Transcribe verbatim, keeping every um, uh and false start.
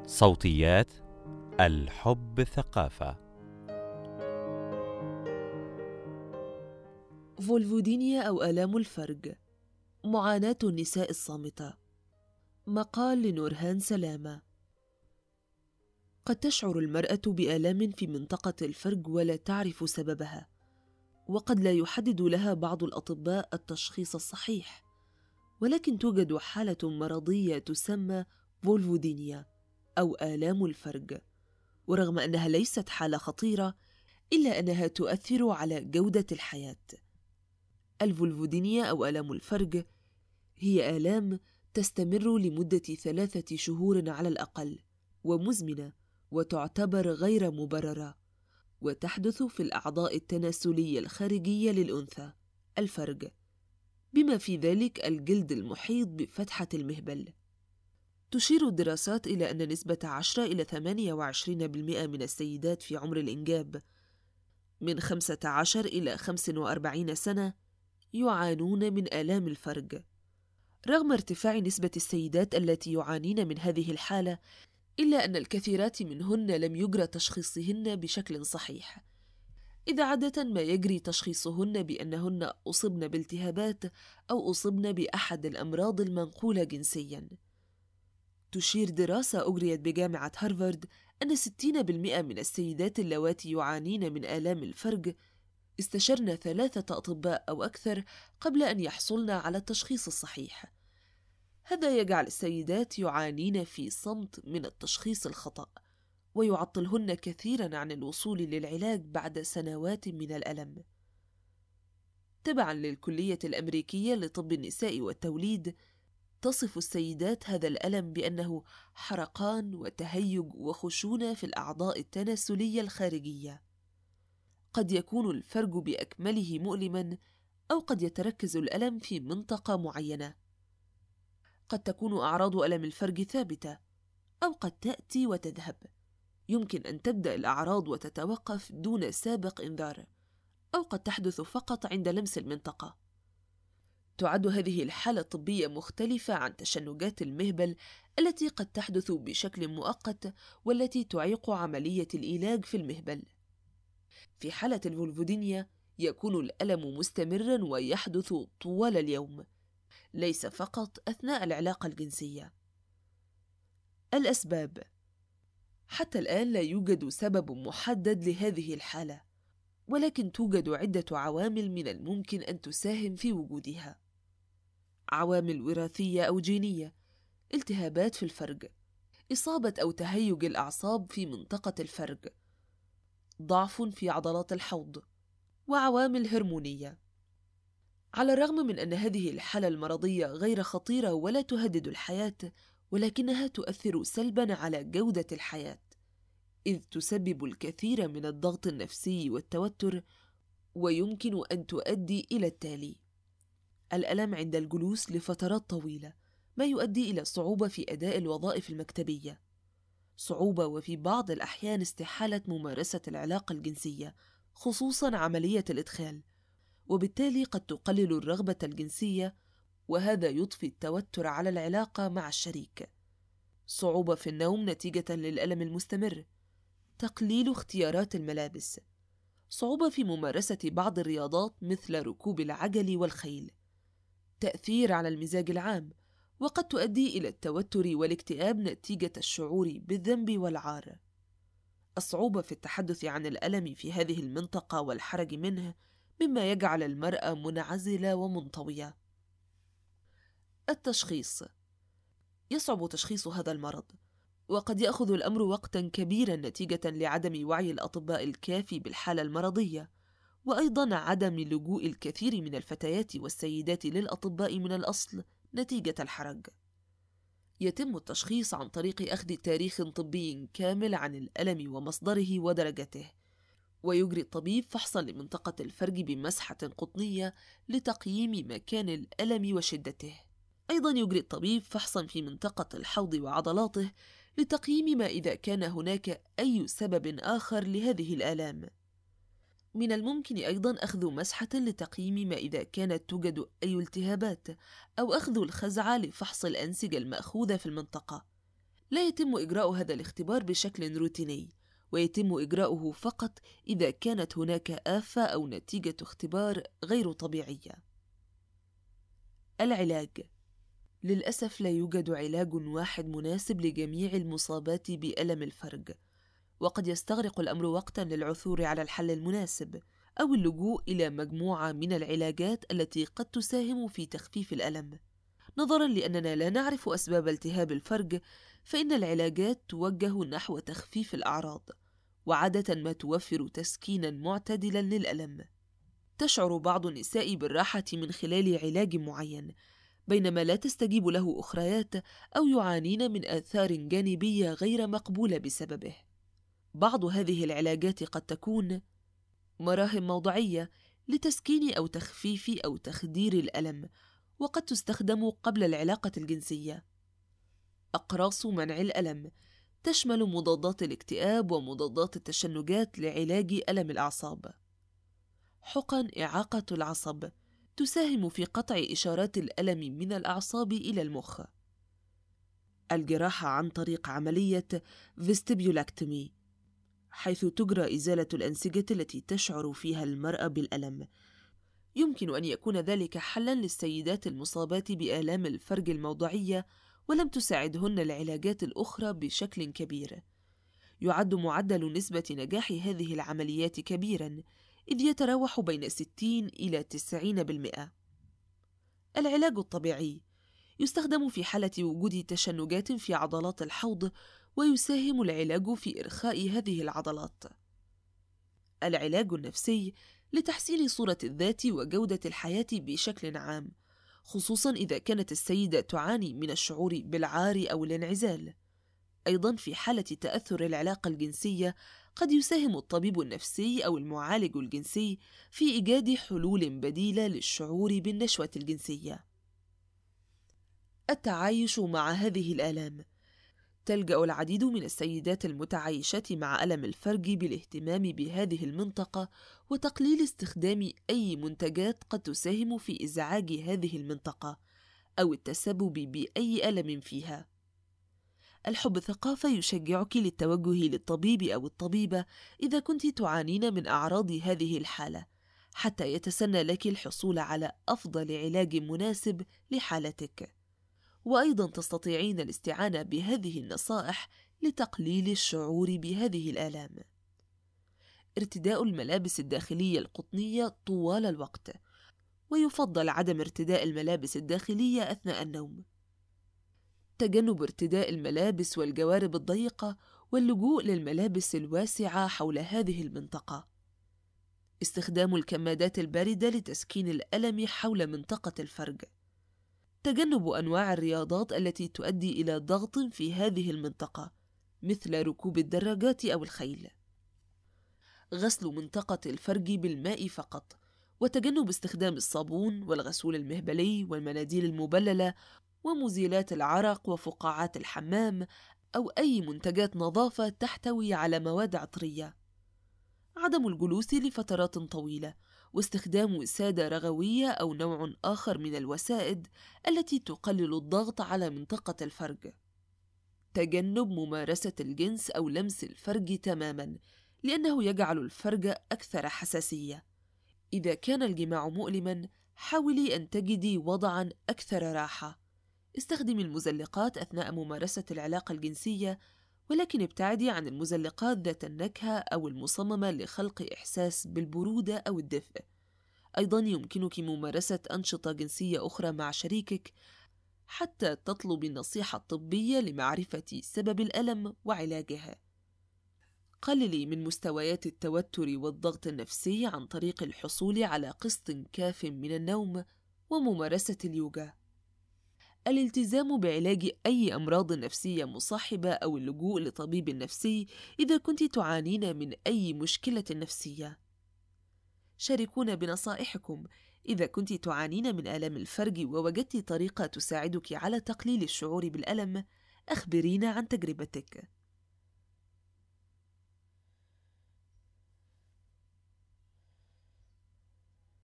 صوتيات الحب ثقافة. فولفودينيا أو آلام الفرج، معاناة النساء الصامتة. مقال لنورهان سلامة. قد تشعر المرأة بآلام في منطقة الفرج ولا تعرف سببها، وقد لا يحدد لها بعض الأطباء التشخيص الصحيح، ولكن توجد حالة مرضية تسمى فولفودينيا أو آلام الفرج، ورغم أنها ليست حالة خطيرة إلا أنها تؤثر على جودة الحياة. الفولفودينيا أو آلام الفرج هي آلام تستمر لمدة ثلاثة شهور على الأقل، ومزمنة وتعتبر غير مبررة، وتحدث في الأعضاء التناسلية الخارجية للأنثى الفرج، بما في ذلك الجلد المحيط بفتحة المهبل. تشير الدراسات إلى أن نسبة عشرة إلى ثمانية وعشرين بالمئة من السيدات في عمر الإنجاب من خمسة عشر إلى خمسة وأربعين سنة يعانون من آلام الفرج. رغم ارتفاع نسبة السيدات التي يعانين من هذه الحالة، إلا أن الكثيرات منهن لم يجرى تشخيصهن بشكل صحيح، إذا عادة ما يجري تشخيصهن بأنهن أصبن بالتهابات أو أصبن بأحد الأمراض المنقولة جنسياً. تشير دراسة أجريت بجامعة هارفارد أن ستين بالمئة من السيدات اللواتي يعانين من آلام الفرج استشرن ثلاثة أطباء أو أكثر قبل أن يحصلن على التشخيص الصحيح. هذا يجعل السيدات يعانين في صمت من التشخيص الخطأ، ويعطلهن كثيراً عن الوصول للعلاج بعد سنوات من الألم. تبعاً للكلية الأمريكية لطب النساء والتوليد، تصف السيدات هذا الألم بأنه حرقان وتهيج وخشونة في الأعضاء التناسلية الخارجية. قد يكون الفرج بأكمله مؤلماً، أو قد يتركز الألم في منطقة معينة. قد تكون أعراض ألم الفرج ثابتة، أو قد تأتي وتذهب. يمكن أن تبدأ الأعراض وتتوقف دون سابق إنذار، أو قد تحدث فقط عند لمس المنطقة. تعد هذه الحالة الطبية مختلفة عن تشنجات المهبل التي قد تحدث بشكل مؤقت والتي تعيق عملية العلاج في المهبل. في حالة الفولفودينيا يكون الألم مستمراً ويحدث طوال اليوم، ليس فقط أثناء العلاقة الجنسية. الأسباب: حتى الآن لا يوجد سبب محدد لهذه الحالة، ولكن توجد عدة عوامل من الممكن أن تساهم في وجودها. عوامل وراثية أو جينية، التهابات في الفرج، إصابة أو تهيج الأعصاب في منطقة الفرج، ضعف في عضلات الحوض، وعوامل هرمونية. على الرغم من أن هذه الحالة المرضية غير خطيرة ولا تهدد الحياة، ولكنها تؤثر سلباً على جودة الحياة، إذ تسبب الكثير من الضغط النفسي والتوتر، ويمكن أن تؤدي إلى التالي: الألم عند الجلوس لفترات طويلة، ما يؤدي إلى صعوبة في أداء الوظائف المكتبية، صعوبة وفي بعض الأحيان استحالة ممارسة العلاقة الجنسية، خصوصاً عملية الإدخال، وبالتالي قد تقلل الرغبة الجنسية، وهذا يضفي التوتر على العلاقة مع الشريك، صعوبة في النوم نتيجة للألم المستمر، تقليل اختيارات الملابس، صعوبة في ممارسة بعض الرياضات مثل ركوب العجل والخيل، تأثير على المزاج العام، وقد تؤدي إلى التوتر والاكتئاب نتيجة الشعور بالذنب والعار، الصعوبة في التحدث عن الألم في هذه المنطقة والحرج منه، مما يجعل المرأة منعزلة ومنطوية. التشخيص: يصعب تشخيص هذا المرض، وقد يأخذ الأمر وقتاً كبيراً نتيجة لعدم وعي الأطباء الكافي بالحالة المرضية، وأيضاً عدم لجوء الكثير من الفتيات والسيدات للأطباء من الأصل نتيجة الحرج. يتم التشخيص عن طريق أخذ تاريخ طبي كامل عن الألم ومصدره ودرجته، ويجري الطبيب فحصاً لمنطقة الفرج بمسحة قطنية لتقييم مكان الألم وشدته. أيضاً يجري الطبيب فحصاً في منطقة الحوض وعضلاته لتقييم ما إذا كان هناك أي سبب آخر لهذه الآلام. من الممكن أيضاً أخذ مسحة لتقييم ما إذا كانت توجد أي التهابات، أو أخذ الخزعة لفحص الأنسجة المأخوذة في المنطقة، لا يتم إجراء هذا الاختبار بشكل روتيني، ويتم إجراؤه فقط إذا كانت هناك آفة أو نتيجة اختبار غير طبيعية. العلاج. للأسف لا يوجد علاج واحد مناسب لجميع المصابات بألم الفرج، وقد يستغرق الأمر وقتاً للعثور على الحل المناسب أو اللجوء إلى مجموعة من العلاجات التي قد تساهم في تخفيف الألم. نظراً لأننا لا نعرف أسباب التهاب الفرج، فإن العلاجات توجه نحو تخفيف الأعراض، وعادة ما توفر تسكيناً معتدلاً للألم. تشعر بعض النساء بالراحة من خلال علاج معين، بينما لا تستجيب له أخريات أو يعانين من آثار جانبية غير مقبولة بسببه. بعض هذه العلاجات قد تكون مراهم موضعية لتسكين أو تخفيف أو تخدير الألم، وقد تستخدم قبل العلاقة الجنسية. أقراص منع الألم تشمل مضادات الاكتئاب ومضادات التشنجات لعلاج ألم الأعصاب. حقن إعاقة العصب تساهم في قطع إشارات الألم من الأعصاب إلى المخ. الجراحة عن طريق عملية فيستيبيولاكتومي، حيث تجرى إزالة الأنسجة التي تشعر فيها المرأة بالألم. يمكن أن يكون ذلك حلاً للسيدات المصابات بآلام الفرج الموضعية، ولم تساعدهن العلاجات الأخرى بشكل كبير. يعد معدل نسبة نجاح هذه العمليات كبيراً، إذ يتراوح بين ستين إلى تسعين بالمئة. العلاج الطبيعي يستخدم في حالة وجود تشنجات في عضلات الحوض، ويساهم العلاج في إرخاء هذه العضلات. العلاج النفسي لتحسين صورة الذات وجودة الحياة بشكل عام، خصوصاً إذا كانت السيدة تعاني من الشعور بالعار أو الانعزال. أيضاً في حالة تأثر العلاقة الجنسية، قد يساهم الطبيب النفسي أو المعالج الجنسي في إيجاد حلول بديلة للشعور بالنشوة الجنسية. التعايش مع هذه الآلام. تلجأ العديد من السيدات المتعايشات مع ألم الفرج بالاهتمام بهذه المنطقة وتقليل استخدام أي منتجات قد تساهم في إزعاج هذه المنطقة أو التسبب بأي ألم فيها. الحب ثقافة يشجعك للتوجه للطبيب أو الطبيبة إذا كنت تعانين من أعراض هذه الحالة، حتى يتسنى لك الحصول على أفضل علاج مناسب لحالتك. وأيضاً تستطيعين الاستعانة بهذه النصائح لتقليل الشعور بهذه الآلام. ارتداء الملابس الداخلية القطنية طوال الوقت، ويفضل عدم ارتداء الملابس الداخلية أثناء النوم. تجنب ارتداء الملابس والجوارب الضيقة واللجوء للملابس الواسعة حول هذه المنطقة. استخدام الكمادات الباردة لتسكين الألم حول منطقة الفرج. تجنب أنواع الرياضات التي تؤدي إلى ضغط في هذه المنطقة، مثل ركوب الدراجات أو الخيل. غسل منطقة الفرج بالماء فقط، وتجنب استخدام الصابون والغسول المهبلي والمناديل المبللة ومزيلات العرق وفقاعات الحمام أو أي منتجات نظافة تحتوي على مواد عطرية. عدم الجلوس لفترات طويلة، واستخدام وسادة رغوية أو نوع آخر من الوسائد التي تقلل الضغط على منطقة الفرج. تجنب ممارسة الجنس أو لمس الفرج تماماً، لأنه يجعل الفرج أكثر حساسية. إذا كان الجماع مؤلماً، حاولي أن تجدي وضعاً أكثر راحة. استخدمي المزلقات أثناء ممارسة العلاقة الجنسية، ولكن ابتعدي عن المزلقات ذات النكهة أو المصممة لخلق إحساس بالبرودة أو الدفء. أيضاً يمكنك ممارسة أنشطة جنسية أخرى مع شريكك حتى تطلبي النصيحة الطبية لمعرفة سبب الألم وعلاجها. قللي من مستويات التوتر والضغط النفسي عن طريق الحصول على قسط كاف من النوم وممارسة اليوغا. الالتزام بعلاج أي أمراض نفسية مصاحبة أو اللجوء لطبيب نفسي إذا كنت تعانين من أي مشكلة نفسية. شاركونا بنصائحكم إذا كنت تعانين من آلام الفرج ووجدت طريقة تساعدك على تقليل الشعور بالألم. أخبرينا عن تجربتك.